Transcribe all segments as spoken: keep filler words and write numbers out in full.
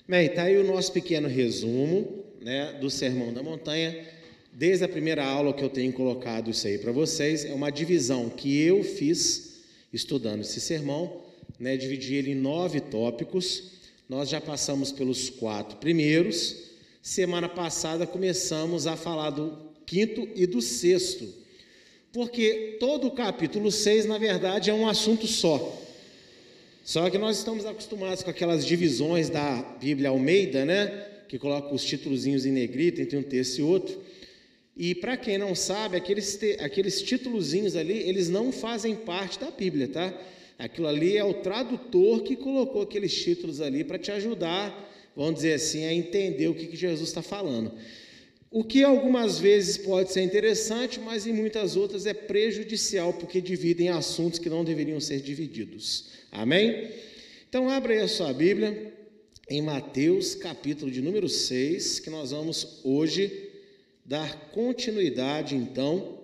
Bem, está aí o nosso pequeno resumo, né, do Sermão da Montanha. Desde a primeira aula que eu tenho colocado isso aí para vocês, é uma divisão que eu fiz estudando esse sermão, né, dividi ele em nove tópicos. Nós já passamos pelos quatro primeiros. Semana passada começamos a falar do quinto e do sexto, porque todo o capítulo seis, na verdade, é um assunto só. Só que nós estamos acostumados com aquelas divisões da Bíblia Almeida, né? Que coloca os títulozinhos em negrito entre um texto e outro. E para quem não sabe, aqueles, te, aqueles títulozinhos ali, eles não fazem parte da Bíblia, tá? Aquilo ali é o tradutor que colocou aqueles títulos ali para te ajudar, vamos dizer assim, a entender o que, que Jesus está falando. O que algumas vezes pode ser interessante, mas em muitas outras é prejudicial, porque dividem assuntos que não deveriam ser divididos. Amém? Então, abra aí a sua Bíblia em Mateus, capítulo de número seis, que nós vamos hoje dar continuidade, então,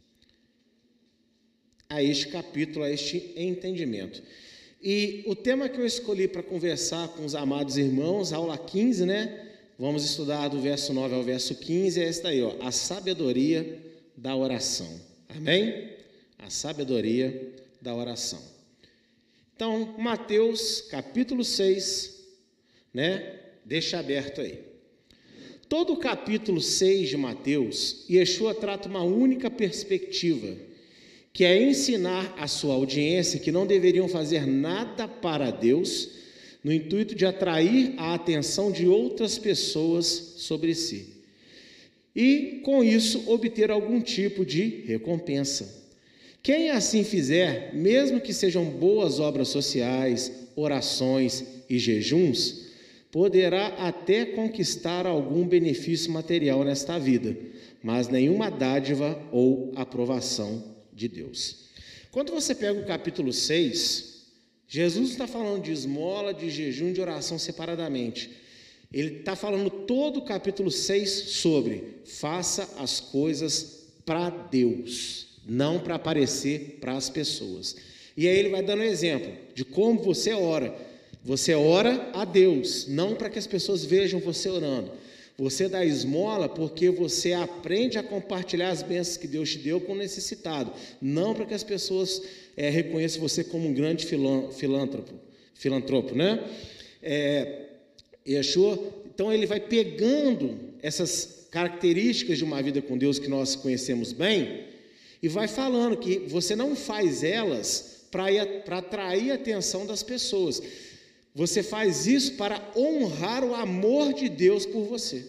a este capítulo, a este entendimento. E o tema que eu escolhi para conversar com os amados irmãos, aula quinze, né? Vamos estudar do verso nove ao verso quinze, é esta aí, ó, a sabedoria da oração. Amém? A sabedoria da oração. Então, Mateus, capítulo seis, né? Deixa aberto aí. Todo o capítulo seis de Mateus, Yeshua trata uma única perspectiva, que é ensinar a sua audiência que não deveriam fazer nada para Deus, no intuito de atrair a atenção de outras pessoas sobre si, e, com isso, obter algum tipo de recompensa. Quem assim fizer, mesmo que sejam boas obras sociais, orações e jejuns, poderá até conquistar algum benefício material nesta vida, mas nenhuma dádiva ou aprovação de Deus. Quando você pega o capítulo seis, Jesus está falando de esmola, de jejum, de oração separadamente. Ele está falando todo o capítulo seis sobre faça as coisas para Deus, não para aparecer para as pessoas. E aí ele vai dando um exemplo de como você ora. Você ora a Deus, não para que as pessoas vejam você orando. Você dá esmola porque você aprende a compartilhar as bênçãos que Deus te deu com o necessitado, não para que as pessoas é, reconheçam você como um grande filântropo, filantropo, né? É, Yeshua, então ele vai pegando essas características de uma vida com Deus que nós conhecemos bem e vai falando que você não faz elas para atrair a atenção das pessoas. Você faz isso para honrar o amor de Deus por você.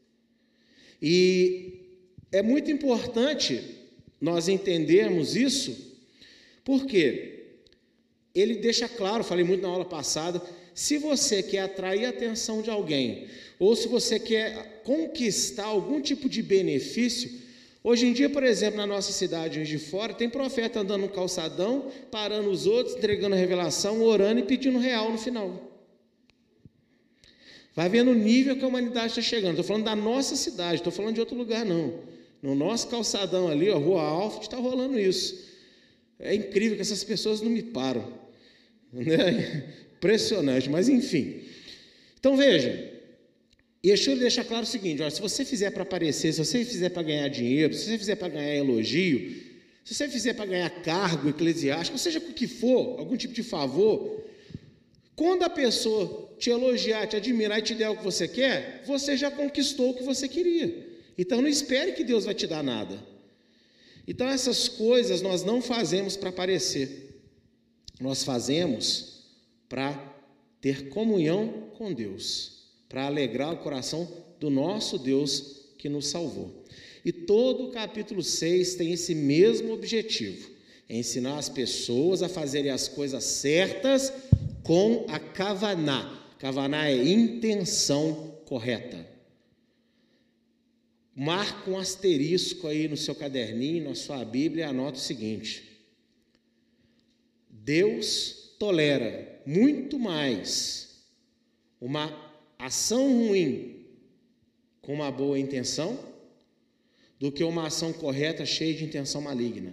E é muito importante nós entendermos isso, porque ele deixa claro, falei muito na aula passada, se você quer atrair a atenção de alguém, ou se você quer conquistar algum tipo de benefício. Hoje em dia, por exemplo, na nossa cidade, Juiz de Fora, tem profeta andando no calçadão, parando os outros, entregando a revelação, orando e pedindo real no final. Vai vendo o nível que a humanidade está chegando. Estou falando da nossa cidade, estou falando de outro lugar, não. No nosso calçadão ali, a Rua Alfa, está rolando isso. É incrível que essas pessoas não me param. Né? Impressionante, mas enfim. Então, veja. Yeshua deixa claro o seguinte, olha, se você fizer para aparecer, se você fizer para ganhar dinheiro, se você fizer para ganhar elogio, se você fizer para ganhar cargo eclesiástico, ou seja, o que for, algum tipo de favor, quando a pessoa te elogiar, te admirar e te der o que você quer, você já conquistou o que você queria. Então não espere que Deus vai te dar nada. Então essas coisas nós não fazemos para aparecer, nós fazemos para ter comunhão com Deus, para alegrar o coração do nosso Deus que nos salvou. E todo o capítulo seis tem esse mesmo objetivo, é ensinar as pessoas a fazerem as coisas certas com a kavaná. Kavaná é intenção correta. Marca um asterisco aí no seu caderninho, na sua Bíblia, e anota o seguinte: Deus tolera muito mais uma ação ruim com uma boa intenção do que uma ação correta cheia de intenção maligna.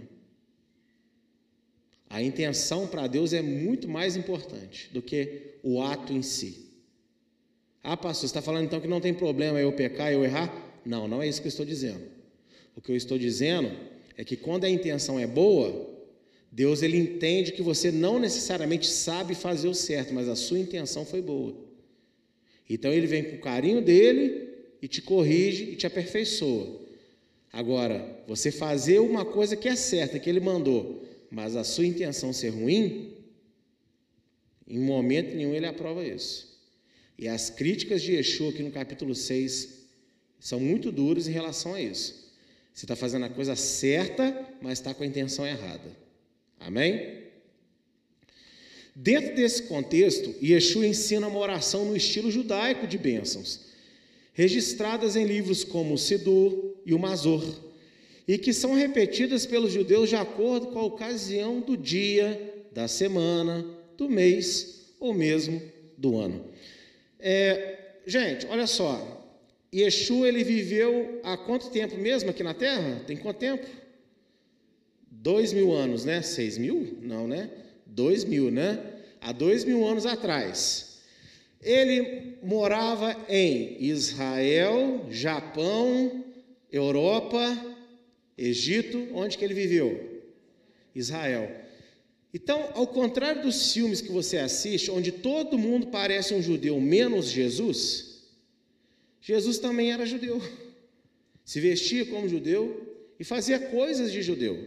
A intenção para Deus é muito mais importante do que o ato em si. Ah, pastor, você está falando então que não tem problema eu pecar, eu errar? Não, não é isso que eu estou dizendo. O que eu estou dizendo é que quando a intenção é boa, Deus ele entende que você não necessariamente sabe fazer o certo, mas a sua intenção foi boa. Então ele vem com o carinho dele e te corrige e te aperfeiçoa. Agora, você fazer uma coisa que é certa, que ele mandou, mas a sua intenção ser ruim, em momento nenhum ele aprova isso. E as críticas de Yeshua aqui no capítulo seis são muito duras em relação a isso. Você está fazendo a coisa certa, mas está com a intenção errada. Amém? Dentro desse contexto, Yeshua ensina uma oração no estilo judaico de bênçãos, registradas em livros como o Sidur e o Mazor, e que são repetidas pelos judeus de acordo com a ocasião do dia, da semana, do mês ou mesmo do ano. É, gente, olha só, Yeshua ele viveu há quanto tempo mesmo aqui na Terra? Tem quanto tempo? Dois mil anos, né? Seis mil? Não, né? Dois mil, né? Há dois mil anos atrás. Ele morava em Israel, Japão, Europa, Egito. Onde que ele viveu? Israel. Então, ao contrário dos filmes que você assiste, onde todo mundo parece um judeu, menos Jesus, Jesus também era judeu. Se vestia como judeu e fazia coisas de judeu.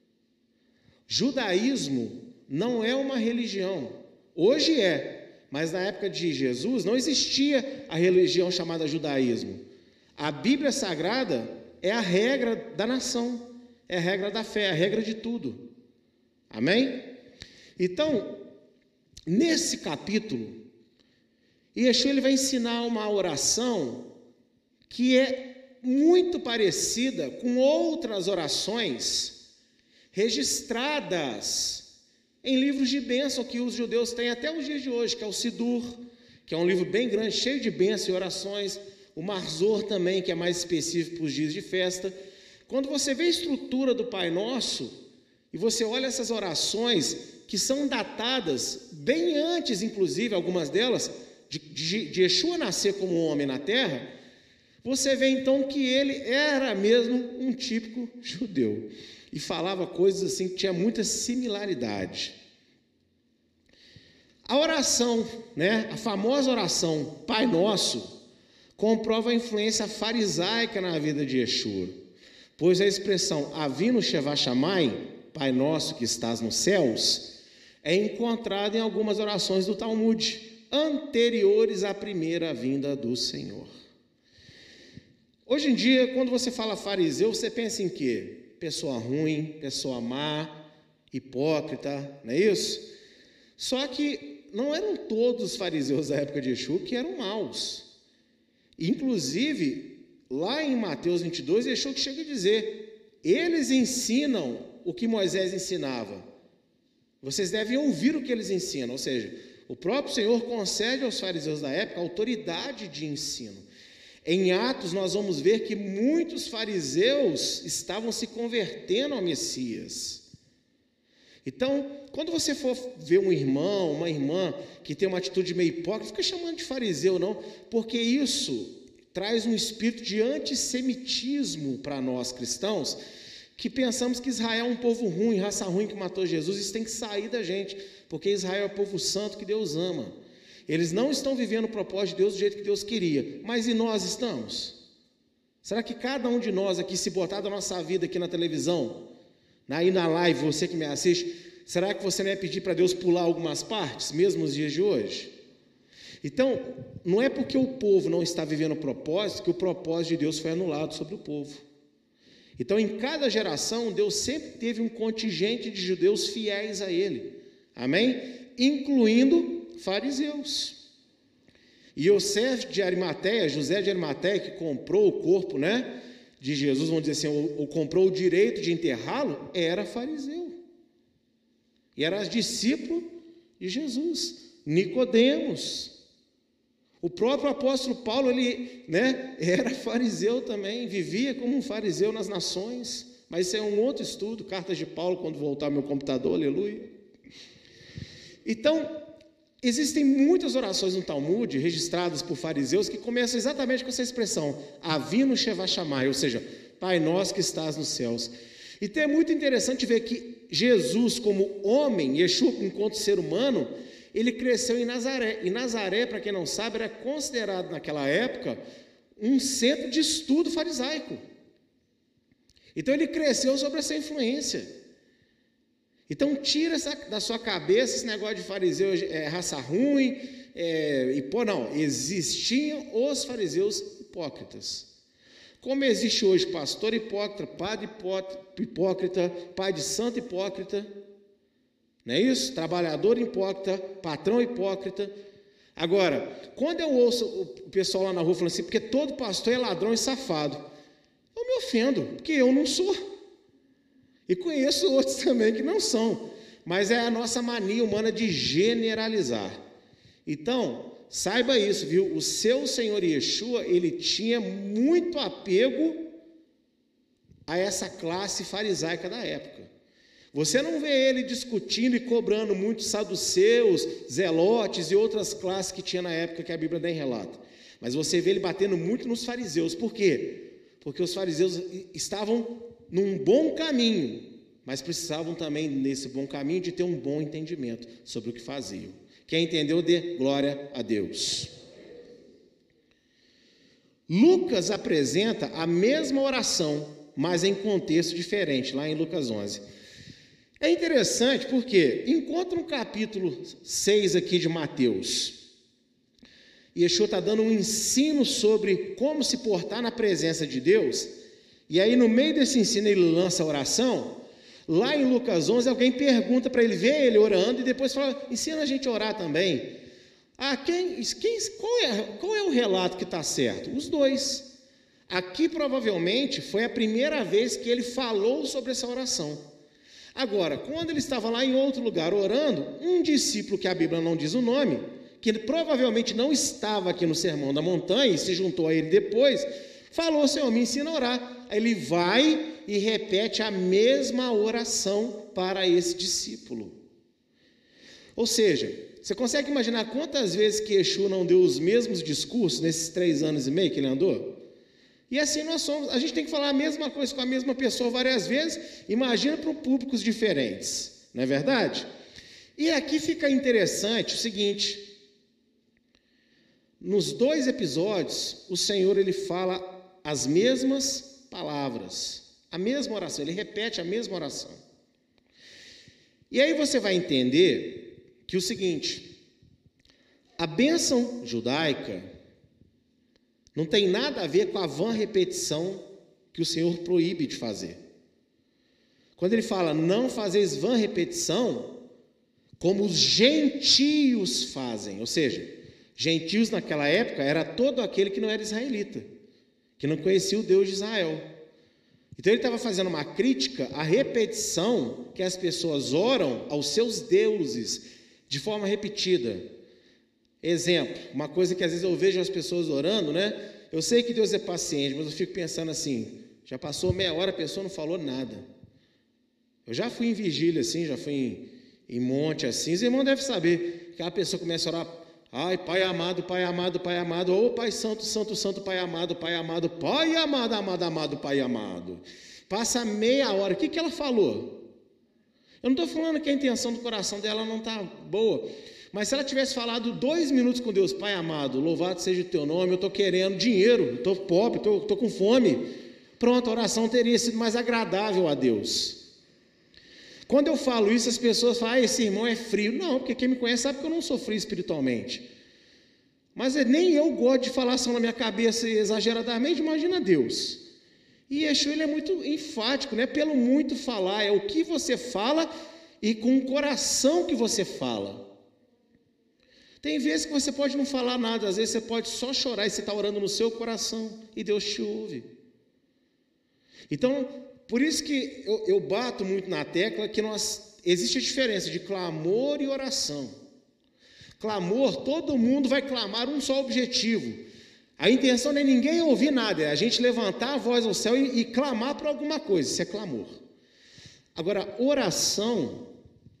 Judaísmo não é uma religião. Hoje é, mas na época de Jesus não existia a religião chamada judaísmo. A Bíblia Sagrada é a regra da nação, é a regra da fé, é a regra de tudo. Amém? Então, nesse capítulo, Yeshua ele vai ensinar uma oração que é muito parecida com outras orações registradas em livros de bênção que os judeus têm até os dias de hoje, que é o Sidur, que é um livro bem grande, cheio de bênçãos e orações, o Mazor também, que é mais específico para os dias de festa. Quando você vê a estrutura do Pai Nosso, e você olha essas orações, que são datadas bem antes, inclusive, algumas delas, de, de, de Yeshua nascer como homem na terra, você vê então que ele era mesmo um típico judeu, e falava coisas assim que tinha muita similaridade. A oração, né, a famosa oração Pai Nosso, comprova a influência farisaica na vida de Yeshua, pois a expressão Avinu Sheva Shamayim, Pai Nosso que estás nos céus, é encontrada em algumas orações do Talmud, anteriores à primeira vinda do Senhor. Hoje em dia, quando você fala fariseu, você pensa em quê? Pessoa ruim, pessoa má, hipócrita, não é isso? Só que não eram todos os fariseus da época de Yeshua que eram maus. Inclusive, lá em Mateus vinte e dois, Yeshua que chega a dizer, eles ensinam o que Moisés ensinava. Vocês devem ouvir o que eles ensinam, ou seja, o próprio Senhor concede aos fariseus da época autoridade de ensino. Em Atos nós vamos ver que muitos fariseus estavam se convertendo ao Messias. Então, quando você for ver um irmão, uma irmã que tem uma atitude meio hipócrita, não fica chamando de fariseu não, porque isso traz um espírito de antissemitismo para nós cristãos, que pensamos que Israel é um povo ruim, raça ruim que matou Jesus. Isso tem que sair da gente, porque Israel é o povo santo que Deus ama. Eles não estão vivendo o propósito de Deus do jeito que Deus queria, mas e nós estamos? Será que cada um de nós aqui, se botar da nossa vida aqui na televisão, aí na live, você que me assiste, será que você não ia pedir para Deus pular algumas partes, mesmo nos dias de hoje? Então, não é porque o povo não está vivendo o propósito, que o propósito de Deus foi anulado sobre o povo. Então, em cada geração, Deus sempre teve um contingente de judeus fiéis a Ele, amém? Incluindo fariseus. E Yosef de Arimateia, José de Arimateia, que comprou o corpo, né, de Jesus, vamos dizer assim, ou, ou comprou o direito de enterrá-lo, era fariseu. E era discípulo de Jesus. Nicodemos. O próprio apóstolo Paulo, ele, né, era fariseu também, vivia como um fariseu nas nações, mas isso é um outro estudo, Cartas de Paulo, quando voltar ao meu computador, aleluia. Então, existem muitas orações no Talmud, registradas por fariseus, que começam exatamente com essa expressão, Avinu Sheva Shammai, ou seja, Pai nosso que estás nos céus. Então é muito interessante ver que Jesus, como homem, Yeshua, enquanto ser humano, ele cresceu em Nazaré. E Nazaré, para quem não sabe, era considerado naquela época um centro de estudo farisaico. Então ele cresceu sobre essa influência. Então tira essa, da sua cabeça esse negócio de fariseu é, raça ruim, é, e, pô, não, existiam os fariseus hipócritas. Como existe hoje pastor hipócrita, padre hipócrita, pai de santo hipócrita, não é isso? Trabalhador hipócrita, patrão hipócrita. Agora, quando eu ouço o pessoal lá na rua falando assim, porque todo pastor é ladrão e safado, eu me ofendo, porque eu não sou. E conheço outros também que não são, mas é a nossa mania humana de generalizar. Então, saiba isso, viu? O seu Senhor Yeshua, ele tinha muito apego a essa classe farisaica da época. Você não vê ele discutindo e cobrando muitos saduceus, zelotes e outras classes que tinha na época que a Bíblia nem relata. Mas você vê ele batendo muito nos fariseus. Por quê? Porque os fariseus estavam num bom caminho, mas precisavam também, nesse bom caminho, de ter um bom entendimento sobre o que faziam. Quem entendeu, dê glória a Deus. Lucas apresenta a mesma oração, mas em contexto diferente, lá em Lucas onze. É interessante porque, enquanto no capítulo seis aqui de Mateus, Yeshua está dando um ensino sobre como se portar na presença de Deus, e aí no meio desse ensino ele lança a oração. Lá em Lucas onze, alguém pergunta para ele, vê ele orando, e depois fala, ensina a gente a orar também. Ah, quem, quem, qual, é, qual é o relato que está certo? Os dois. Aqui provavelmente foi a primeira vez que ele falou sobre essa oração. Agora, quando ele estava lá em outro lugar orando, um discípulo que a Bíblia não diz o nome, que provavelmente não estava aqui no Sermão da Montanha, e se juntou a ele depois, falou, Senhor, me ensina a orar. Aí ele vai e repete a mesma oração para esse discípulo. Ou seja, você consegue imaginar quantas vezes que Yeshua não deu os mesmos discursos nesses três anos e meio que ele andou? E assim nós somos, a gente tem que falar a mesma coisa com a mesma pessoa várias vezes, imagina para públicos diferentes, não é verdade? E aqui fica interessante o seguinte, nos dois episódios, o Senhor ele fala as mesmas palavras, a mesma oração, ele repete a mesma oração. E aí você vai entender que o seguinte, a bênção judaica não tem nada a ver com a vã repetição que o Senhor proíbe de fazer. Quando ele fala, não fazeis vã repetição, como os gentios fazem, ou seja, gentios naquela época era todo aquele que não era israelita, que não conhecia o Deus de Israel. Então ele estava fazendo uma crítica à repetição que as pessoas oram aos seus deuses de forma repetida. Exemplo, uma coisa que às vezes eu vejo as pessoas orando, né? Eu sei que Deus é paciente, mas eu fico pensando assim, já passou meia hora, a pessoa não falou nada. Eu já fui em vigília assim, já fui em, em monte assim, os irmãos devem saber, que a pessoa começa a orar, ai, Pai amado, Pai amado, Pai amado, ô Pai santo, santo, santo, Pai amado, Pai amado, Pai amado, amado, amado, Pai amado. Passa meia hora, o que, que ela falou? Eu não estou falando que a intenção do coração dela não está boa, mas se ela tivesse falado dois minutos com Deus, Pai amado, louvado seja o teu nome, eu estou querendo dinheiro, estou pobre, estou com fome, pronto, a oração teria sido mais agradável a Deus. Quando eu falo isso, as pessoas falam, ah, esse irmão é frio. Não, porque quem me conhece sabe que eu não sou frio espiritualmente. Mas nem eu gosto de falar só na minha cabeça exageradamente, imagina Deus. E Yeshua, ele é muito enfático, não é pelo muito falar, é o que você fala e com o coração que você fala. Tem vezes que você pode não falar nada, às vezes você pode só chorar e você está orando no seu coração e Deus te ouve. Então, por isso que eu, eu bato muito na tecla que nós, existe a diferença de clamor e oração. Clamor, todo mundo vai clamar um só objetivo. A intenção não é ninguém ouvir nada, é a gente levantar a voz ao céu e, e clamar por alguma coisa, isso é clamor. Agora, oração,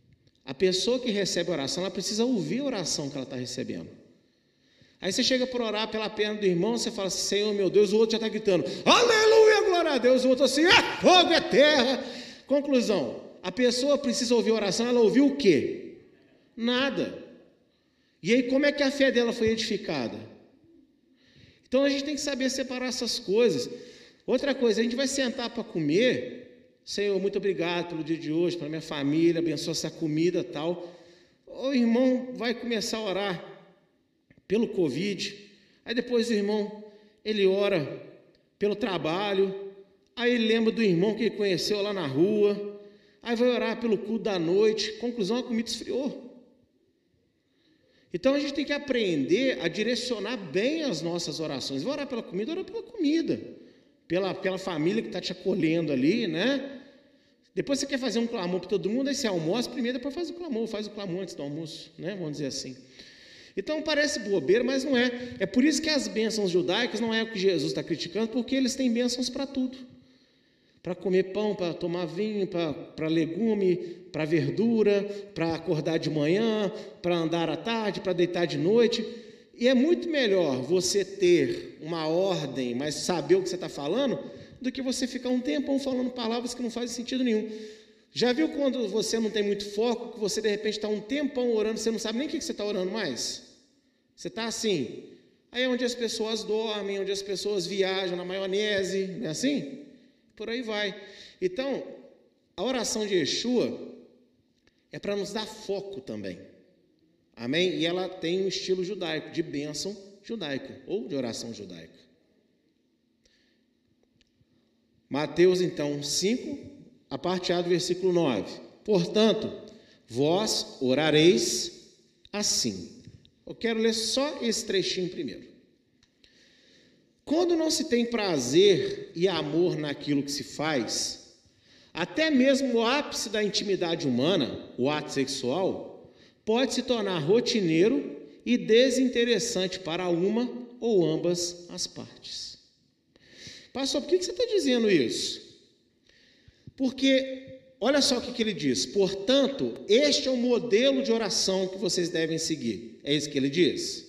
A pessoa que recebe a oração, ela precisa ouvir a oração que ela está recebendo. Aí você chega para orar pela perna do irmão, você fala assim, Senhor meu Deus, o outro já está gritando, aleluia, glória a Deus, o outro assim, é fogo, é terra. Conclusão, a pessoa precisa ouvir a oração, ela ouviu o quê? Nada. E aí como é que a fé dela foi edificada? Então a gente tem que saber separar essas coisas. Outra coisa, a gente vai sentar para comer, Senhor, muito obrigado pelo dia de hoje, para minha família, abençoa essa comida e tal. O irmão vai começar a orar pelo Covid, aí depois o irmão, ele ora pelo trabalho, aí ele lembra do irmão que ele conheceu lá na rua, aí vai orar pelo culto da noite, conclusão, a comida esfriou. Então a gente tem que aprender a direcionar bem as nossas orações. Vai orar pela comida, ora pela comida, pela, pela família que está te acolhendo ali, né? Depois você quer fazer um clamor para todo mundo, aí você almoça primeiro, depois faz o clamor, faz o clamor antes do almoço, né? Vamos dizer assim. Então parece bobeira, mas não é. É por isso que as bênçãos judaicas não é o que Jesus está criticando, porque eles têm bênçãos para tudo. Para comer pão, para tomar vinho, para legume, para verdura, para acordar de manhã, para andar à tarde, para deitar de noite. E é muito melhor você ter uma ordem, mas saber o que você está falando, do que você ficar um tempão falando palavras que não fazem sentido nenhum. Já viu quando você não tem muito foco, que você de repente está um tempão orando, você não sabe nem o que você está orando mais? Você está assim. Aí é onde as pessoas dormem, onde as pessoas viajam na maionese, não é assim? Por aí vai. Então, a oração de Yeshua é para nos dar foco também. Amém? E ela tem um estilo judaico, de bênção judaica, ou de oração judaica. Mateus, então, cinco, a parte A do versículo nove. Portanto, vós orareis assim. Eu quero ler só esse trechinho primeiro. Quando não se tem prazer e amor naquilo que se faz, até mesmo o ápice da intimidade humana, o ato sexual, pode se tornar rotineiro e desinteressante para uma ou ambas as partes. Pastor, por que você está dizendo isso? Porque, olha só o que ele diz, portanto, este é o modelo de oração que vocês devem seguir. É isso que ele diz?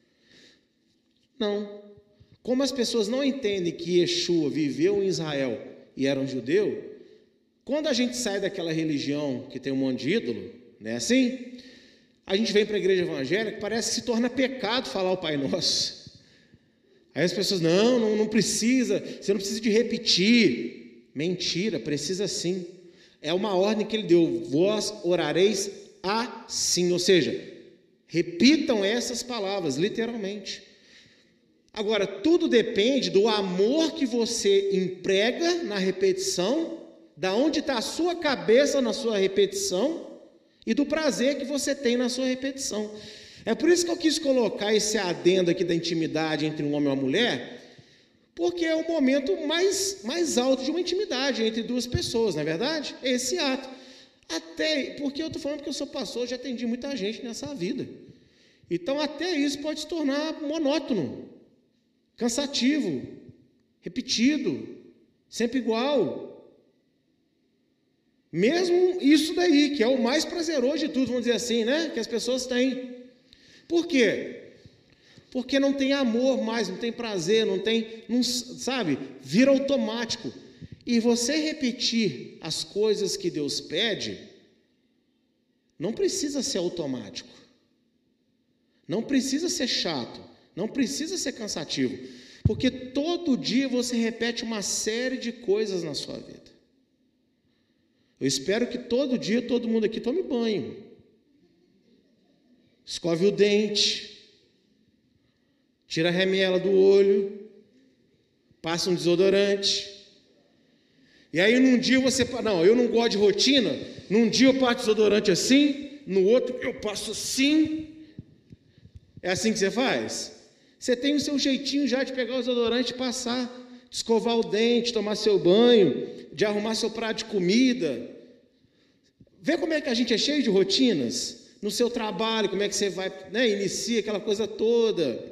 Não. Como as pessoas não entendem que Yeshua viveu em Israel e era um judeu, quando a gente sai daquela religião que tem um monte de ídolo, não é assim? A gente vem para a igreja evangélica, parece que se torna pecado falar o Pai Nosso. Aí as pessoas, não, não, não precisa, você não precisa de repetir. Mentira, precisa sim. É uma ordem que ele deu, vós orareis assim, ou seja, repitam essas palavras, literalmente. Agora, tudo depende do amor que você emprega na repetição, da onde está a sua cabeça na sua repetição e do prazer que você tem na sua repetição. É por isso que eu quis colocar esse adendo aqui da intimidade entre um homem e uma mulher, porque é o momento mais, mais alto de uma intimidade entre duas pessoas, não é verdade? É esse ato. Até, porque eu estou falando que eu sou pastor, já atendi muita gente nessa vida. Então, até isso pode se tornar monótono, cansativo, repetido, sempre igual. Mesmo isso daí, que é o mais prazeroso de tudo, vamos dizer assim, né? Que as pessoas têm. Por quê? Porque não tem amor mais, não tem prazer, não tem, não, sabe? Vira automático. E você repetir as coisas que Deus pede, não precisa ser automático. Não precisa ser chato. Não precisa ser cansativo. Porque todo dia você repete uma série de coisas na sua vida. Eu espero que todo dia todo mundo aqui tome banho. Escove o dente. Tira a remela do olho. Passa um desodorante. E aí num dia você... Não, eu não gosto de rotina. Num dia eu passo desodorante assim. No outro eu passo assim. É assim que você faz? Você tem o seu jeitinho já de pegar o desodorante e passar, de escovar o dente, tomar seu banho, de arrumar seu prato de comida. Vê como é que a gente é cheio de rotinas no seu trabalho, como é que você vai, né, inicia aquela coisa toda.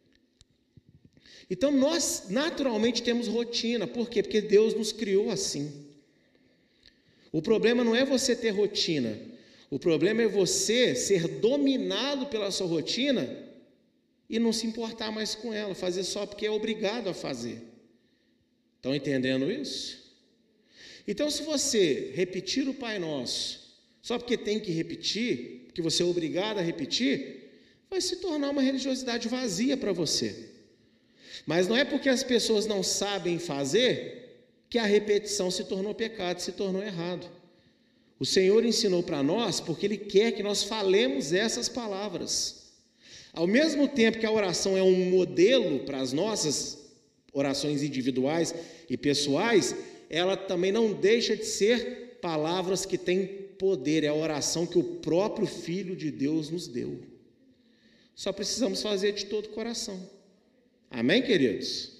Então nós naturalmente temos rotina. Por quê? Porque Deus nos criou assim. O problema não é você ter rotina. O problema é você ser dominado pela sua rotina e não se importar mais com ela, fazer só porque é obrigado a fazer. Estão entendendo isso? Então, se você repetir o Pai Nosso, só porque tem que repetir, porque você é obrigado a repetir, vai se tornar uma religiosidade vazia para você. Mas não é porque as pessoas não sabem fazer que a repetição se tornou pecado, se tornou errado. O Senhor ensinou para nós porque Ele quer que nós falemos essas palavras. Ao mesmo tempo que a oração é um modelo para as nossas orações individuais e pessoais, ela também não deixa de ser palavras que têm poder. É a oração que o próprio Filho de Deus nos deu. Só precisamos fazer de todo o coração. Amém, queridos?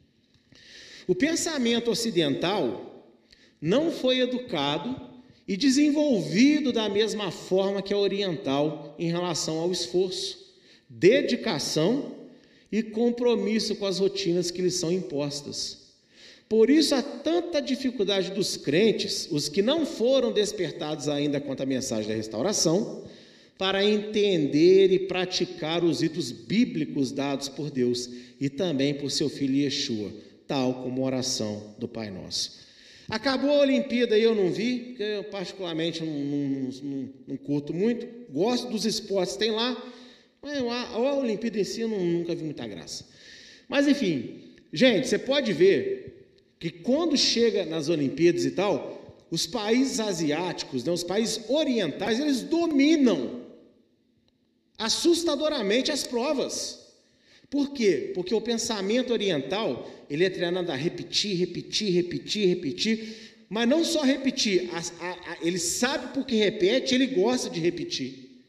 O pensamento ocidental não foi educado e desenvolvido da mesma forma que a oriental em relação ao esforço, dedicação e compromisso com as rotinas que lhes são impostas. Por isso há tanta dificuldade dos crentes, os que não foram despertados ainda quanto à mensagem da restauração, para entender e praticar os ritos bíblicos dados por Deus e também por seu Filho Yeshua, tal como a oração do Pai Nosso. Acabou a Olimpíada e eu não vi, porque eu particularmente não, não, não, não curto muito, gosto dos esportes, tem lá, mas a, a Olimpíada em si eu não, nunca vi muita graça. Mas enfim, gente, você pode ver que quando chega nas Olimpíadas e tal, os países asiáticos, né, os países orientais, eles dominam assustadoramente as provas. Por quê? Porque o pensamento oriental, ele é treinado a repetir, repetir, repetir, repetir, mas não só repetir, a, a, a, ele sabe porque repete, ele gosta de repetir.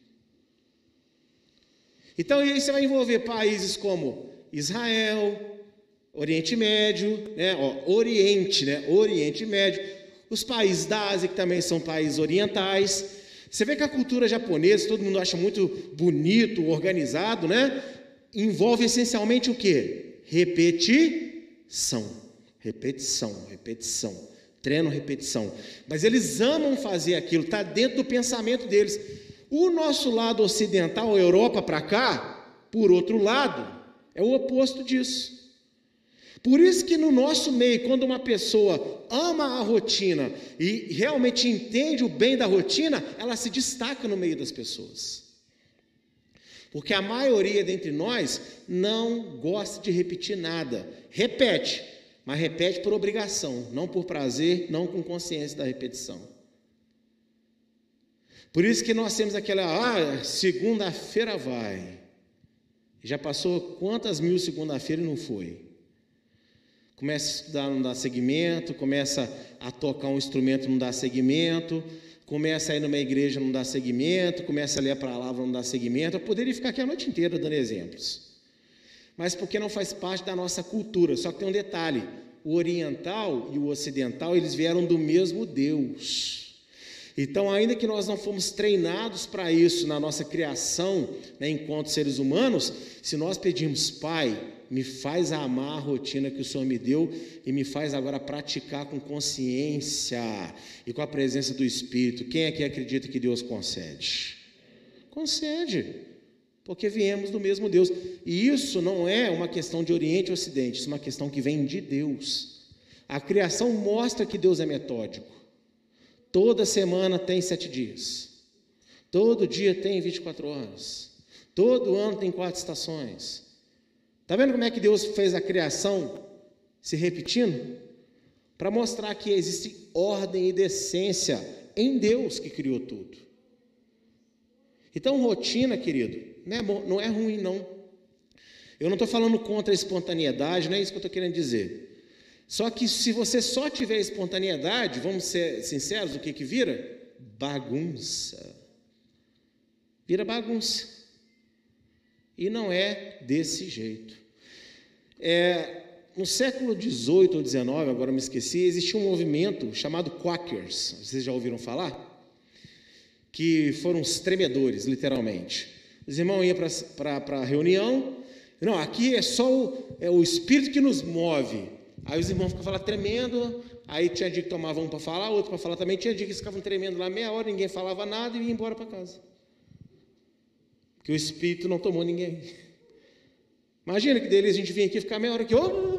Então, aí você vai envolver países como Israel, Oriente Médio, né? Ó, Oriente, né? Oriente Médio, os países da Ásia, que também são países orientais. Você vê que a cultura japonesa, todo mundo acha muito bonito, organizado, né? Envolve essencialmente o quê? Repetição, repetição, repetição, treino, repetição. Mas eles amam fazer aquilo, está dentro do pensamento deles. O nosso lado ocidental, a Europa para cá, por outro lado, é o oposto disso. Por isso que no nosso meio, quando uma pessoa ama a rotina e realmente entende o bem da rotina, ela se destaca no meio das pessoas. Porque a maioria dentre nós não gosta de repetir nada. Repete, mas repete por obrigação, não por prazer, não com consciência da repetição. Por isso que nós temos aquela, ah, segunda-feira vai. Já passou quantas mil segunda-feira e não foi? Começa a estudar, não dá seguimento, começa a tocar um instrumento, não dá seguimento, começa a ir numa igreja, não dá seguimento, começa a ler a palavra, não dá seguimento. Eu poderia ficar aqui a noite inteira dando exemplos, mas porque não faz parte da nossa cultura. Só que tem um detalhe, o oriental e o ocidental, eles vieram do mesmo Deus. Então, ainda que nós não fomos treinados para isso na nossa criação, né, enquanto seres humanos, se nós pedirmos, Pai, me faz amar a rotina que o Senhor me deu e me faz agora praticar com consciência e com a presença do Espírito. Quem é que acredita que Deus concede? Concede, porque viemos do mesmo Deus. E isso não é uma questão de Oriente e Ocidente, isso é uma questão que vem de Deus. A criação mostra que Deus é metódico. Toda semana tem sete dias. Todo dia tem vinte e quatro horas. Todo ano tem quatro estações. Está vendo como é que Deus fez a criação se repetindo? Para mostrar que existe ordem e decência em Deus que criou tudo. Então, rotina, querido, não é, bom, não é ruim, não. Eu não estou falando contra a espontaneidade, não é isso que eu estou querendo dizer. Só que se você só tiver espontaneidade, vamos ser sinceros, o que que vira? Bagunça. Vira bagunça. E não é desse jeito. É, no século dezoito ou dezenove, agora eu me esqueci, existia um movimento chamado Quakers. Vocês já ouviram falar? Que foram os tremedores, literalmente. Os irmãos iam para a reunião. Não, aqui é só o, é o Espírito que nos move. Aí os irmãos ficam falando tremendo, Aí tinha dia que tomava um para falar, outro para falar também. Tinha dia que eles ficavam tremendo lá meia hora, ninguém falava nada e ia embora para casa. Porque o Espírito não tomou ninguém. Imagina que deles a gente vinha aqui ficar meia hora aqui,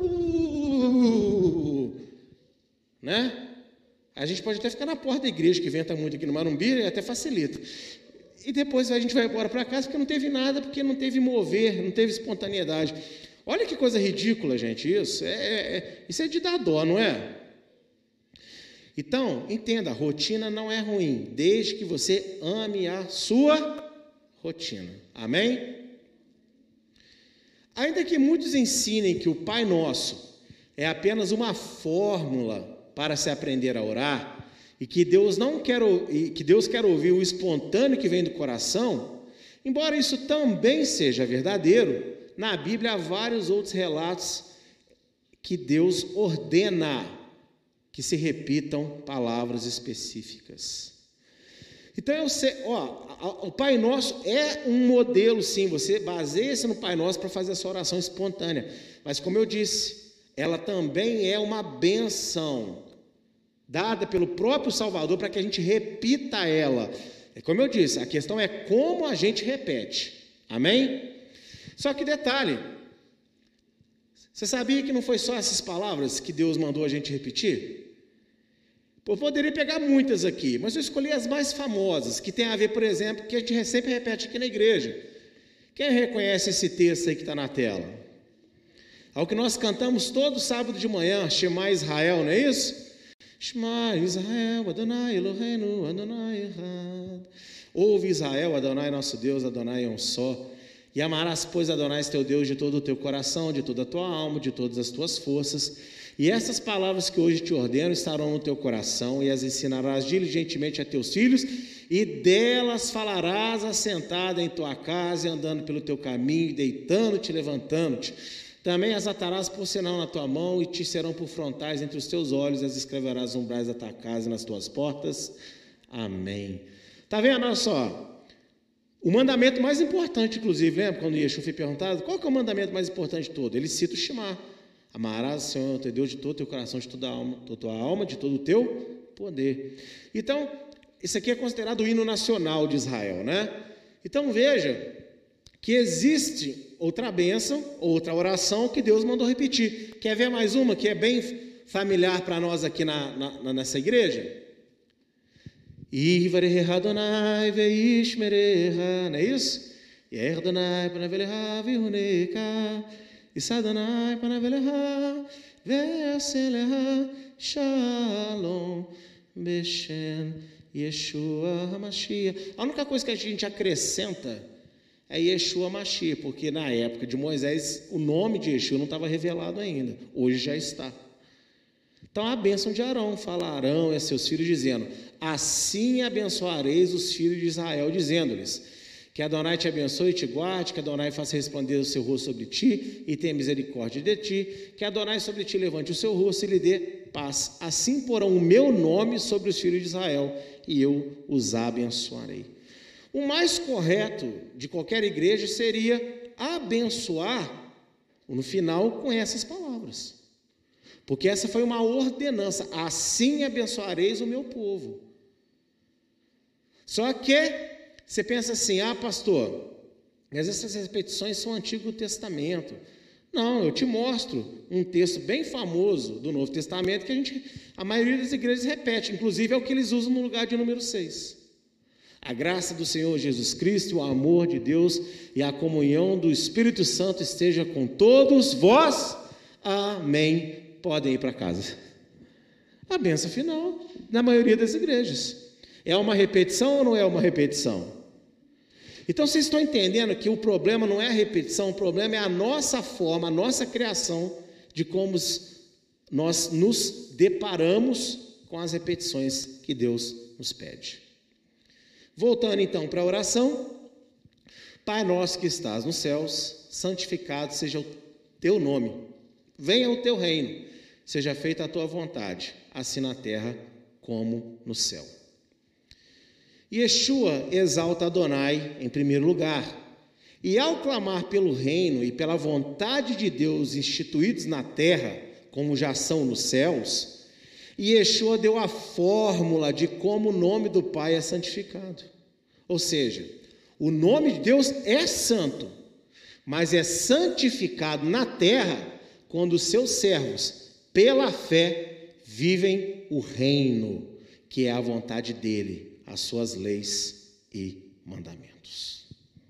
oh, né? A gente pode até ficar na porta da igreja, que venta muito aqui no Marumbi, e até facilita. E depois a gente vai embora para casa porque não teve nada, porque não teve mover, não teve espontaneidade. Olha que coisa ridícula, gente, isso. É, é, isso é de dar dó, não é? Então, entenda, rotina não é ruim, desde que você ame a sua rotina. Amém? Ainda que muitos ensinem que o Pai Nosso é apenas uma fórmula para se aprender a orar, e que Deus não quer, e que Deus quer ouvir o espontâneo que vem do coração, embora isso também seja verdadeiro, na Bíblia há vários outros relatos que Deus ordena que se repitam palavras específicas. Então eu sei, ó, o Pai Nosso é um modelo, sim, você baseia-se no Pai Nosso para fazer a sua oração espontânea, mas como eu disse, ela também é uma bênção dada pelo próprio Salvador para que a gente repita ela. É como eu disse, a questão é como a gente repete, amém? Só que detalhe, você sabia que não foi só essas palavras que Deus mandou a gente repetir? Eu poderia pegar muitas aqui, mas eu escolhi as mais famosas, que tem a ver, por exemplo, que a gente sempre repete aqui na igreja. Quem reconhece esse texto aí que está na tela? Ao que nós cantamos todo sábado de manhã, Shema Israel, não é isso? Shema Israel, Adonai Eloheinu, Adonai Echad. Ouve Israel, Adonai nosso Deus, Adonai é um só. E amarás, pois, Adonai teu Deus de todo o teu coração, de toda a tua alma, de todas as tuas forças. E essas palavras que hoje te ordeno estarão no teu coração, e as ensinarás diligentemente a teus filhos, e delas falarás assentada em tua casa, e andando pelo teu caminho, deitando-te, levantando-te. Também as atarás por sinal na tua mão, e te serão por frontais entre os teus olhos, e as escreverás nos umbrais da tua casa e nas tuas portas. Amém. Está vendo? Olha só. O mandamento mais importante, inclusive, lembra quando Yeshua foi perguntado, qual que é o mandamento mais importante de todo? Ele cita o Shema. Amarás o Senhor teu Deus de todo o teu coração, de toda a alma, toda a tua alma, de todo o teu poder. Então, isso aqui é considerado o hino nacional de Israel, né? Então, veja que existe outra bênção, outra oração que Deus mandou repetir. Quer ver mais uma que é bem familiar para nós aqui na, na, nessa igreja? Ivareha Adonai veishmereha, não é isso? Yerdonai panaveleha vihuneka, Isadonai panaveleha veseleha shalom beshem Yeshua HaMashiach. A única coisa que a gente acrescenta é Yeshua HaMashiach, porque na época de Moisés o nome de Yeshua não estava revelado ainda, hoje já está. Então a bênção de Arão, fala Arão e a seus filhos dizendo, assim abençoareis os filhos de Israel, dizendo-lhes, que Adonai te abençoe e te guarde, que Adonai faça resplandecer o seu rosto sobre ti e tenha misericórdia de ti, que Adonai sobre ti levante o seu rosto e lhe dê paz. Assim porão o meu nome sobre os filhos de Israel e eu os abençoarei. O mais correto de qualquer igreja seria abençoar no final com essas palavras. Porque essa foi uma ordenança, assim abençoareis o meu povo. Só que você pensa assim, ah pastor, mas essas repetições são Antigo Testamento. Não, eu te mostro um texto bem famoso do Novo Testamento que a, gente, a maioria das igrejas repete, inclusive é o que eles usam no lugar de número seis. A graça do Senhor Jesus Cristo, o amor de Deus e a comunhão do Espírito Santo esteja com todos vós. Amém. Podem ir para casa. A bênção final, na maioria das igrejas. É uma repetição ou não é uma repetição? Então, vocês estão entendendo que o problema não é a repetição, o problema é a nossa forma, a nossa criação de como nós nos deparamos com as repetições que Deus nos pede. Voltando então para a oração. Pai nosso que estás nos céus, santificado seja o teu nome. Venha o teu reino, seja feita a tua vontade, assim na terra como no céu. Yeshua exalta Adonai em primeiro lugar, e ao clamar pelo reino e pela vontade de Deus instituídos na terra, como já são nos céus, E Yeshua deu a fórmula de como o nome do Pai é santificado. Ou seja, o nome de Deus é santo, mas é santificado na terra quando os seus servos, pela fé, vivem o reino, que é a vontade dele, as suas leis e mandamentos.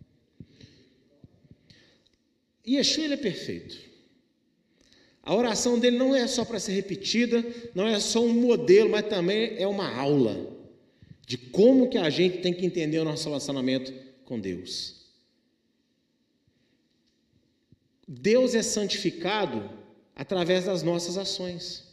E Yeshua, ele é perfeito. A oração dele não é só para ser repetida, não é só um modelo, mas também é uma aula de como que a gente tem que entender o nosso relacionamento com Deus. Deus é santificado através das nossas ações.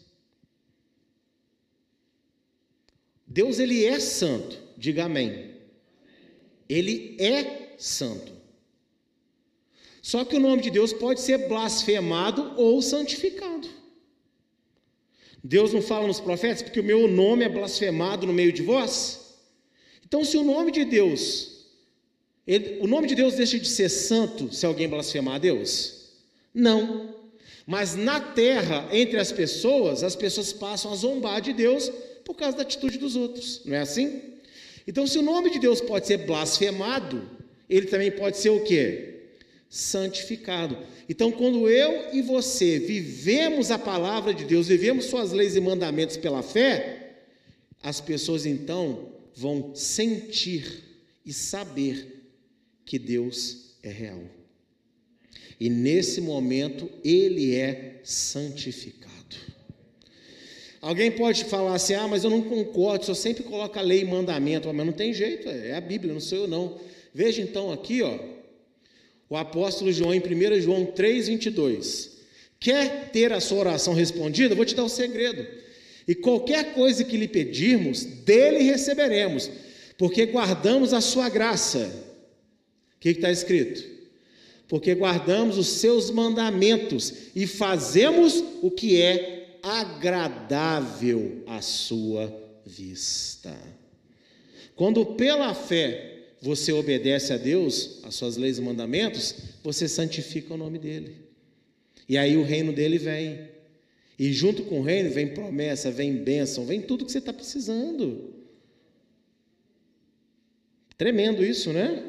Deus, ele é santo, diga amém. Ele é santo. Só que o nome de Deus pode ser blasfemado ou santificado. Deus não fala nos profetas, porque o meu nome é blasfemado no meio de vós? Então, se o nome de Deus, ele, o nome de Deus deixa de ser santo se alguém blasfemar a Deus? Não. Mas na terra, entre as pessoas, as pessoas passam a zombar de Deus por causa da atitude dos outros, não é assim? Então, se o nome de Deus pode ser blasfemado, ele também pode ser o quê? Santificado. Então, quando eu e você vivemos a palavra de Deus, vivemos suas leis e mandamentos pela fé, as pessoas então vão sentir e saber que Deus é real. E nesse momento ele é santificado. Alguém pode falar assim: ah, mas eu não concordo, só sempre coloca lei e mandamento. Mas não tem jeito, é a Bíblia, não sou eu não. Veja então aqui, ó, o apóstolo João, em primeiro João três, vinte e dois. Quer ter a sua oração respondida? Vou te dar um segredo. E qualquer coisa que lhe pedirmos, dele receberemos, porque guardamos a sua graça. O que está escrito? Porque guardamos os seus mandamentos e fazemos o que é agradável à sua vista. Quando pela fé você obedece a Deus, as suas leis e mandamentos, você santifica o nome dele. E aí o reino dele vem. E junto com o reino vem promessa, vem bênção, vem tudo que você está precisando. Tremendo isso, né?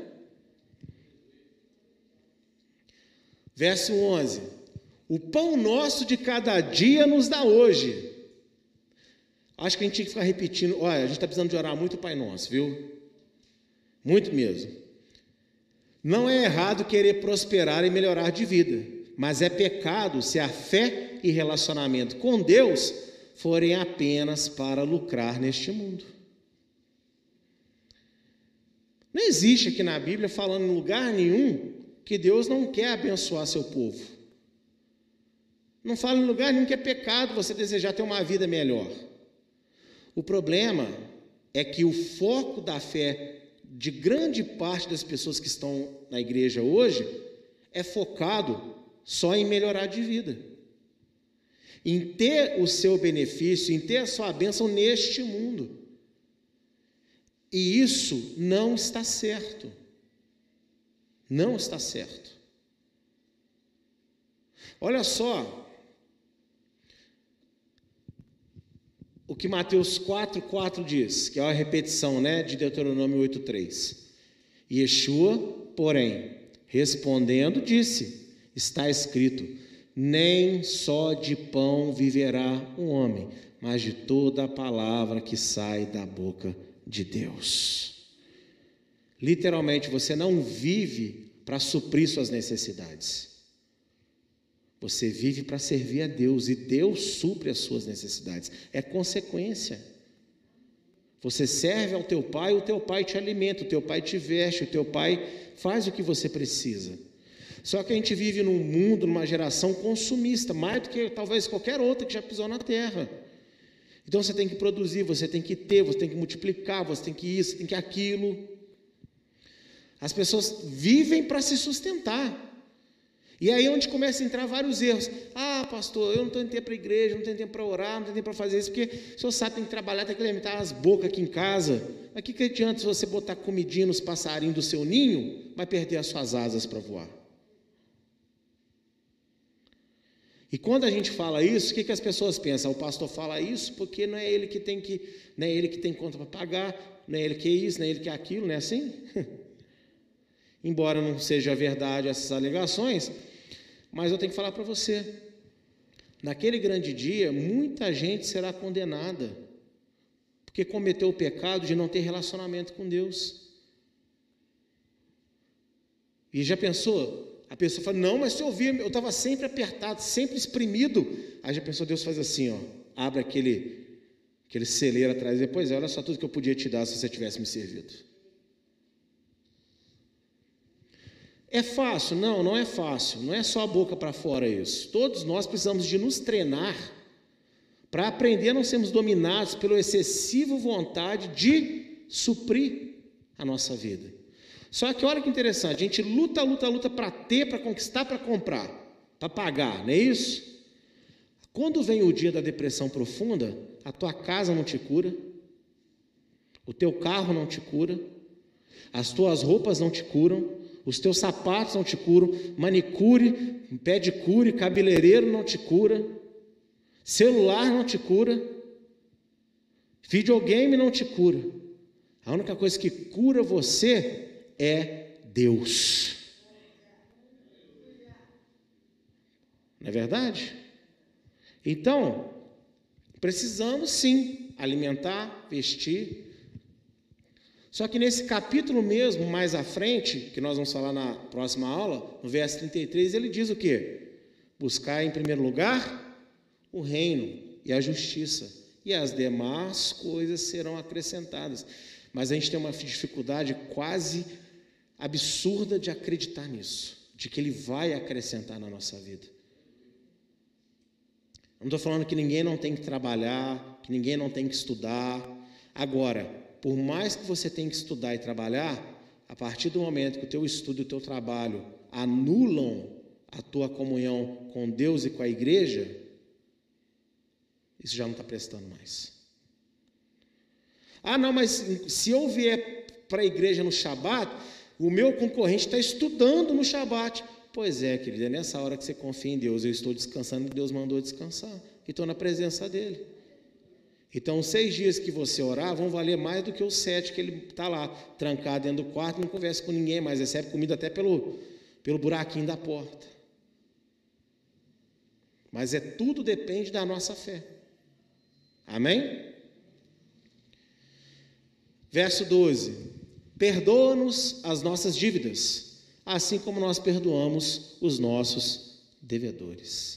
Verso onze. O pão nosso de cada dia nos dá hoje. Acho que a gente tinha que ficar repetindo. Olha, a gente está precisando de orar muito o Pai Nosso, viu? Muito mesmo. Não é errado querer prosperar e melhorar de vida, mas é pecado se a fé e relacionamento com Deus forem apenas para lucrar neste mundo. Não existe aqui na Bíblia, falando em lugar nenhum, que Deus não quer abençoar seu povo. Não fala em lugar nenhum que é pecado você desejar ter uma vida melhor. O problema é que o foco da fé de grande parte das pessoas que estão na igreja hoje é focado só em melhorar de vida, em ter o seu benefício, em ter a sua bênção neste mundo. E isso não está certo. Não está certo. Olha só o que Mateus quatro, quatro diz, que é a repetição, né, de Deuteronômio oito, três. Yeshua, porém, respondendo, disse: está escrito, nem só de pão viverá um homem, mas de toda a palavra que sai da boca de Deus. Literalmente, você não vive para suprir suas necessidades. Você vive para servir a Deus e Deus supre as suas necessidades. É consequência. Você serve ao teu pai, o teu pai te alimenta, o teu pai te veste, o teu pai faz o que você precisa. Só que a gente vive num mundo, numa geração consumista, mais do que talvez qualquer outra que já pisou na terra. Então você tem que produzir, você tem que ter, você tem que multiplicar, você tem que isso, você tem que aquilo. As pessoas vivem para se sustentar. E aí é onde começa a entrar vários erros. Ah, pastor, eu não tenho tempo para a igreja, não tenho tempo para orar, não tenho tempo para fazer isso, porque o senhor sabe, tem que trabalhar, tem que alimentar as bocas aqui em casa. Mas o que, que adianta se você botar comidinha nos passarinhos do seu ninho, vai perder as suas asas para voar? E quando a gente fala isso, o que, que as pessoas pensam? O pastor fala isso porque não é ele que tem que, não é ele que tem conta para pagar, não é ele que é isso, não é ele que é aquilo, não é assim? Embora não seja verdade essas alegações, mas eu tenho que falar para você, naquele grande dia, muita gente será condenada, porque cometeu o pecado de não ter relacionamento com Deus. E já pensou? A pessoa fala, não, mas se eu ouvir, eu estava sempre apertado, sempre exprimido. Aí já pensou, Deus faz assim, ó, abre aquele, aquele celeiro atrás, e depois, olha só tudo que eu podia te dar se você tivesse me servido. É fácil? Não, não é fácil, não é só a boca para fora isso. Todos nós precisamos de nos treinar para aprender a não sermos dominados pela excessiva vontade de suprir a nossa vida. Só que olha que interessante, a gente luta, luta, luta para ter, para conquistar, para comprar, para pagar, não é isso? Quando vem o dia da depressão profunda, a tua casa não te cura, o teu carro não te cura, as tuas roupas não te curam, os teus sapatos não te curam, manicure, pedicure, cabeleireiro não te cura, celular não te cura, videogame não te cura. A única coisa que cura você é Deus. Não é verdade? Então, precisamos sim alimentar, vestir. Só que nesse capítulo mesmo, mais à frente, que nós vamos falar na próxima aula, no verso trinta e três, ele diz o quê? Buscar em primeiro lugar o reino e a justiça, e as demais coisas serão acrescentadas. Mas a gente tem uma dificuldade quase absurda de acreditar nisso, de que Ele vai acrescentar na nossa vida. Não estou falando que ninguém não tem que trabalhar, que ninguém não tem que estudar. Agora, por mais que você tenha que estudar e trabalhar, a partir do momento que o teu estudo e o teu trabalho anulam a tua comunhão com Deus e com a igreja, isso já não está prestando mais. Ah, não, mas se eu vier para a igreja no Shabat, o meu concorrente está estudando no Shabat. Pois é, querido, é nessa hora que você confia em Deus. Eu estou descansando, Deus mandou descansar. E estou na presença dEle. Então, os seis dias que você orar vão valer mais do que os sete que ele está lá, trancado dentro do quarto, não conversa com ninguém mais, recebe comida até pelo, pelo buraquinho da porta. Mas é tudo depende da nossa fé. Amém? Verso doze. Perdoa-nos as nossas dívidas, assim como nós perdoamos os nossos devedores.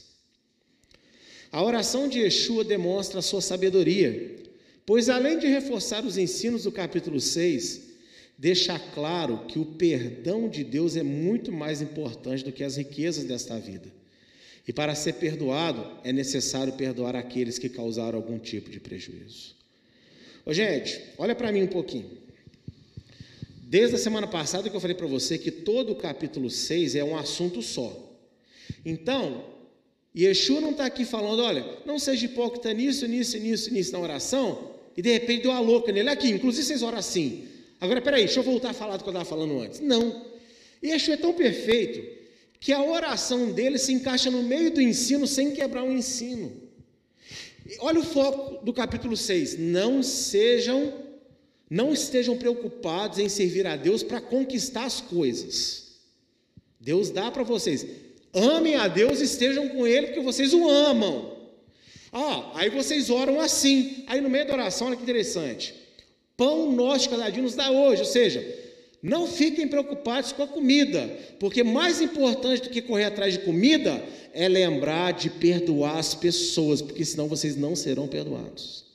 A oração de Yeshua demonstra a sua sabedoria, pois além de reforçar os ensinos do capítulo seis, deixa claro que o perdão de Deus é muito mais importante do que as riquezas desta vida. E para ser perdoado, é necessário perdoar aqueles que causaram algum tipo de prejuízo. Ô, gente, olha para mim um pouquinho. Desde a semana passada que eu falei para você que todo o capítulo seis é um assunto só. Então, Yeshua não está aqui falando, olha, não seja hipócrita nisso, nisso, nisso, nisso na oração, e de repente deu uma louca nele. Aqui, inclusive vocês oram assim. Agora, peraí, deixa eu voltar a falar do que eu estava falando antes. Não. Yeshua é tão perfeito que a oração dele se encaixa no meio do ensino sem quebrar o ensino. Olha o foco do capítulo seis. Não sejam... Não estejam preocupados em servir a Deus para conquistar as coisas. Deus dá para vocês. Amem a Deus e estejam com Ele, porque vocês o amam. Ah, aí vocês oram assim. Aí no meio da oração, olha que interessante. Pão nosso cada dia nos dá hoje. Ou seja, não fiquem preocupados com a comida, porque mais importante do que correr atrás de comida é lembrar de perdoar as pessoas, porque senão vocês não serão perdoados.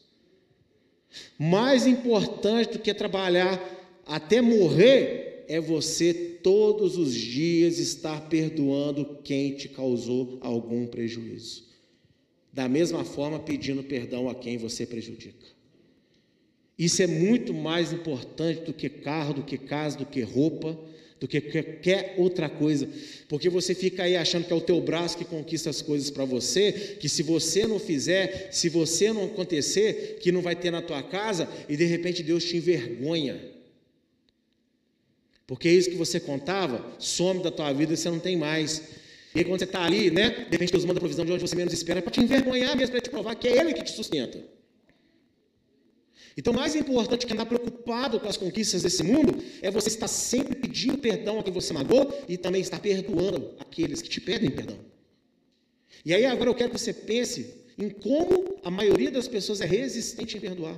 Mais importante do que trabalhar até morrer é você todos os dias estar perdoando quem te causou algum prejuízo. Da mesma forma, pedindo perdão a quem você prejudica. Isso é muito mais importante do que carro, do que casa, do que roupa, do que qualquer outra coisa, porque você fica aí achando que é o teu braço que conquista as coisas para você, que se você não fizer, se você não acontecer, que não vai ter na tua casa, e de repente Deus te envergonha, porque isso que você contava, some da tua vida e você não tem mais. E aí, quando você está ali, né, de repente Deus manda a provisão de onde você menos espera, para te envergonhar mesmo, para te provar que é Ele que te sustenta. Então, mais importante que andar preocupado com as conquistas desse mundo é você estar sempre pedindo perdão a quem você magoou e também estar perdoando aqueles que te pedem perdão. E aí, agora eu quero que você pense em como a maioria das pessoas é resistente em perdoar.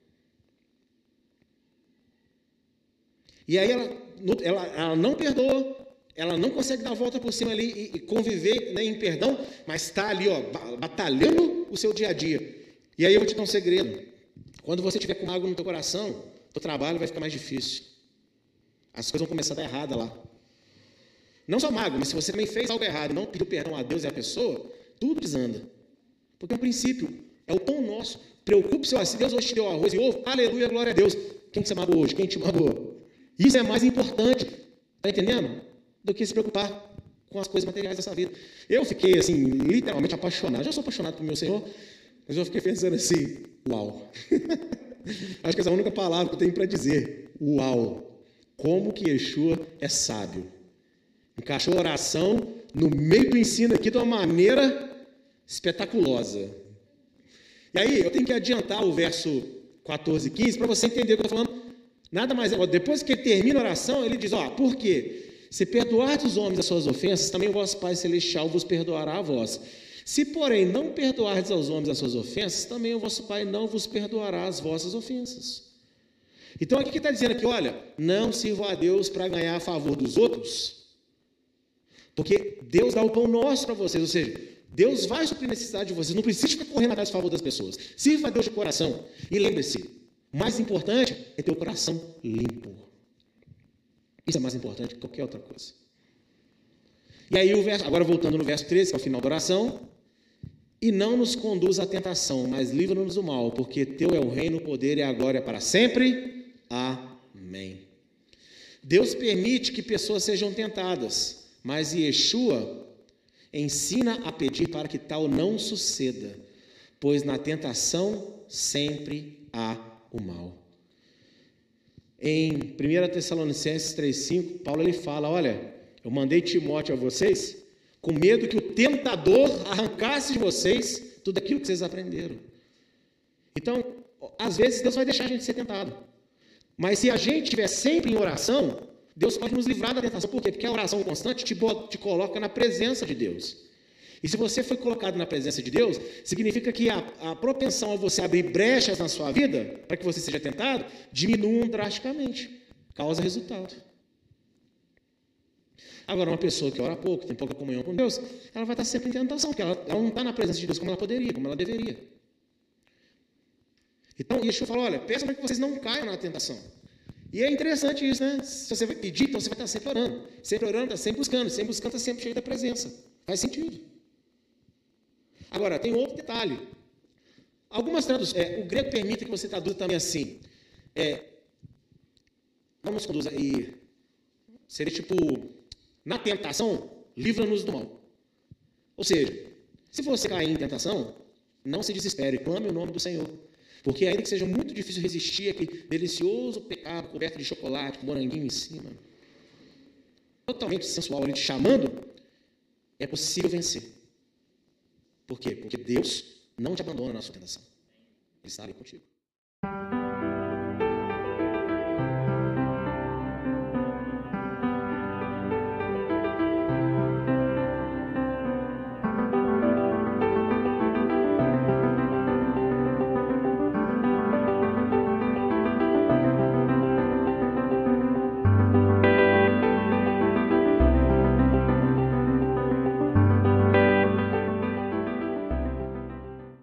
E aí, ela, ela, ela não perdoa, ela não consegue dar a volta por cima ali e, e conviver, né, em perdão, mas está ali, ó, batalhando o seu dia a dia. E aí eu vou te dar um segredo. Quando você tiver com algo no teu coração, o trabalho vai ficar mais difícil. As coisas vão começar a dar errada lá. Não só mágoa, mas se você também fez algo errado e não pediu perdão a Deus e a pessoa, tudo desanda. Porque é um princípio, é o pão nosso. Preocupe-se, se Deus hoje te deu arroz e ovo, aleluia, glória a Deus. Quem que você magoou hoje? Quem te magoou? Isso é mais importante, está entendendo? Do que se preocupar com as coisas materiais dessa vida. Eu fiquei, assim, literalmente apaixonado. Já sou apaixonado pelo meu Senhor, mas eu fiquei pensando assim, uau. Acho que essa é a única palavra que eu tenho para dizer. Uau. Como que Yeshua é sábio. Encaixou a oração no meio do ensino aqui de uma maneira espetaculosa. E aí, eu tenho que adiantar o verso quatorze e quinze para você entender o que eu estou falando. Nada mais é, depois que ele termina a oração, ele diz, ó, por quê? Se perdoardes os homens as suas ofensas, também o vosso Pai Celestial vos perdoará a vós. Se, porém, não perdoardes aos homens as suas ofensas, também o vosso Pai não vos perdoará as vossas ofensas. Então, aqui que está dizendo aqui, olha, não sirva a Deus para ganhar a favor dos outros, porque Deus dá o pão nosso para vocês, ou seja, Deus vai suprir a necessidade de vocês, não precisa ficar correndo atrás do favor das pessoas. Sirva a Deus de coração. E lembre-se, o mais importante é ter o coração limpo. Isso é mais importante que qualquer outra coisa. E aí, o verso, agora voltando no verso treze, que é o final da oração, e não nos conduz à tentação, mas livra-nos do mal, porque teu é o reino, o poder e a glória para sempre. Amém. Deus permite que pessoas sejam tentadas, mas Yeshua ensina a pedir para que tal não suceda, pois na tentação sempre há o mal. Em primeira Tessalonicenses três, cinco, Paulo ele fala, olha, eu mandei Timóteo a vocês com medo que o tentador arrancasse de vocês tudo aquilo que vocês aprenderam. Então, às vezes Deus vai deixar a gente ser tentado. Mas se a gente estiver sempre em oração, Deus pode nos livrar da tentação. Por quê? Porque a oração constante te, te coloca na presença de Deus. E se você foi colocado na presença de Deus, significa que a, a propensão a você abrir brechas na sua vida, para que você seja tentado, diminui drasticamente. Causa resultado. Agora, uma pessoa que ora pouco, tem pouca comunhão com Deus, ela vai estar sempre em tentação, porque ela, ela não está na presença de Deus como ela poderia, como ela deveria. Então, Yeshua fala, olha, peça para que vocês não caiam na tentação. E é interessante isso, né? Se você vai pedir, então você vai estar sempre orando. Sempre orando, está sempre buscando. Sempre buscando, está sempre cheio da presença. Faz sentido. Agora, tem outro detalhe. Algumas traduções, é, o grego permite que você traduza também assim. É, vamos conduzir aí. Seria tipo, na tentação, livra-nos do mal. Ou seja, se você cair em tentação, não se desespere, clame o nome do Senhor. Porque ainda que seja muito difícil resistir aquele delicioso pecado coberto de chocolate, com moranguinho em cima, totalmente sensual, ele te chamando, é possível vencer. Por quê? Porque Deus não te abandona na sua tentação. Ele está ali contigo.